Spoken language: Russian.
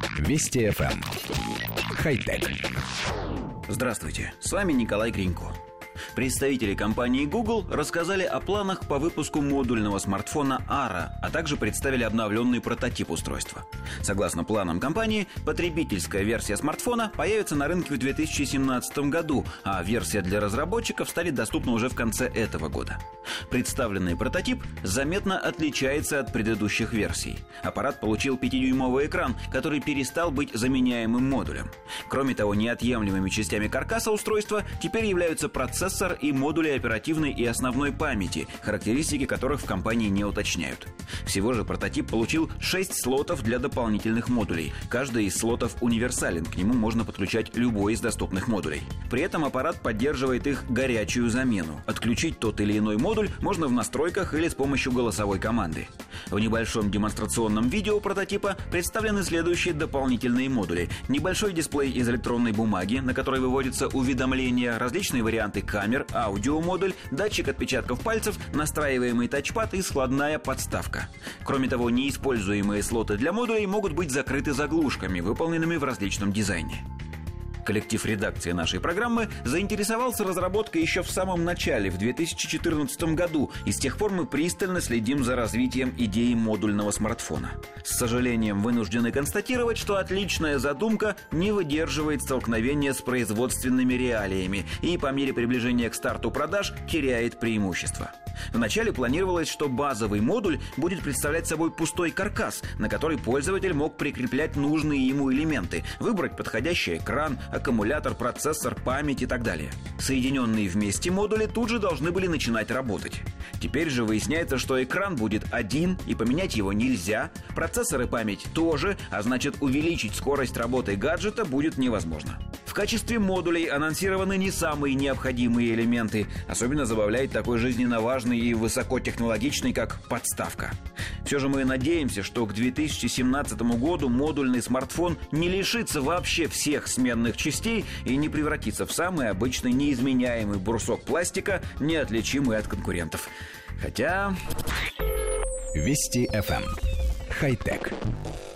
Вести ФМ. Хай-тек. Здравствуйте, с вами Николай Гринько. Представители компании Google рассказали о планах по выпуску модульного смартфона Ara, а также представили обновленный прототип устройства. Согласно планам компании, потребительская версия смартфона появится на рынке в 2017 году, а версия для разработчиков станет доступна уже в конце этого года. Представленный прототип заметно отличается от предыдущих версий. Аппарат получил 5-дюймовый экран, который перестал быть заменяемым модулем. Кроме того, неотъемлемыми частями каркаса устройства теперь являются процессор и модули оперативной и основной памяти, характеристики которых в компании не уточняют. Всего же прототип получил 6 слотов для дополнительных модулей. Каждый из слотов универсален, к нему можно подключать любой из доступных модулей. При этом аппарат поддерживает их горячую замену. Отключить тот или иной модуль можно в настройках или с помощью голосовой команды. В небольшом демонстрационном видео прототипа представлены следующие дополнительные модули. Небольшой дисплей из электронной бумаги, на который выводятся уведомления, различные варианты камер, аудиомодуль, датчик отпечатков пальцев, настраиваемый тачпад и складная подставка. Кроме того, неиспользуемые слоты для модулей могут быть закрыты заглушками, выполненными в различном дизайне. Коллектив редакции нашей программы заинтересовался разработкой еще в самом начале, в 2014 году, и с тех пор мы пристально следим за развитием идеи модульного смартфона. С сожалением вынуждены констатировать, что отличная задумка не выдерживает столкновения с производственными реалиями и по мере приближения к старту продаж теряет преимущество. Вначале планировалось, что базовый модуль будет представлять собой пустой каркас, на который пользователь мог прикреплять нужные ему элементы, выбрать подходящий экран, аккумулятор, процессор, память и так далее. Соединенные вместе модули тут же должны были начинать работать. Теперь же выясняется, что экран будет один, и поменять его нельзя, процессор и память тоже, а значит увеличить скорость работы гаджета будет невозможно. В качестве модулей анонсированы не самые необходимые элементы. Особенно забавляет такой жизненно важный и высокотехнологичный, как подставка. Все же мы надеемся, что к 2017 году модульный смартфон не лишится вообще всех сменных частей и не превратится в самый обычный неизменяемый брусок пластика, неотличимый от конкурентов. Хотя... Вести ФМ. Хай-тек.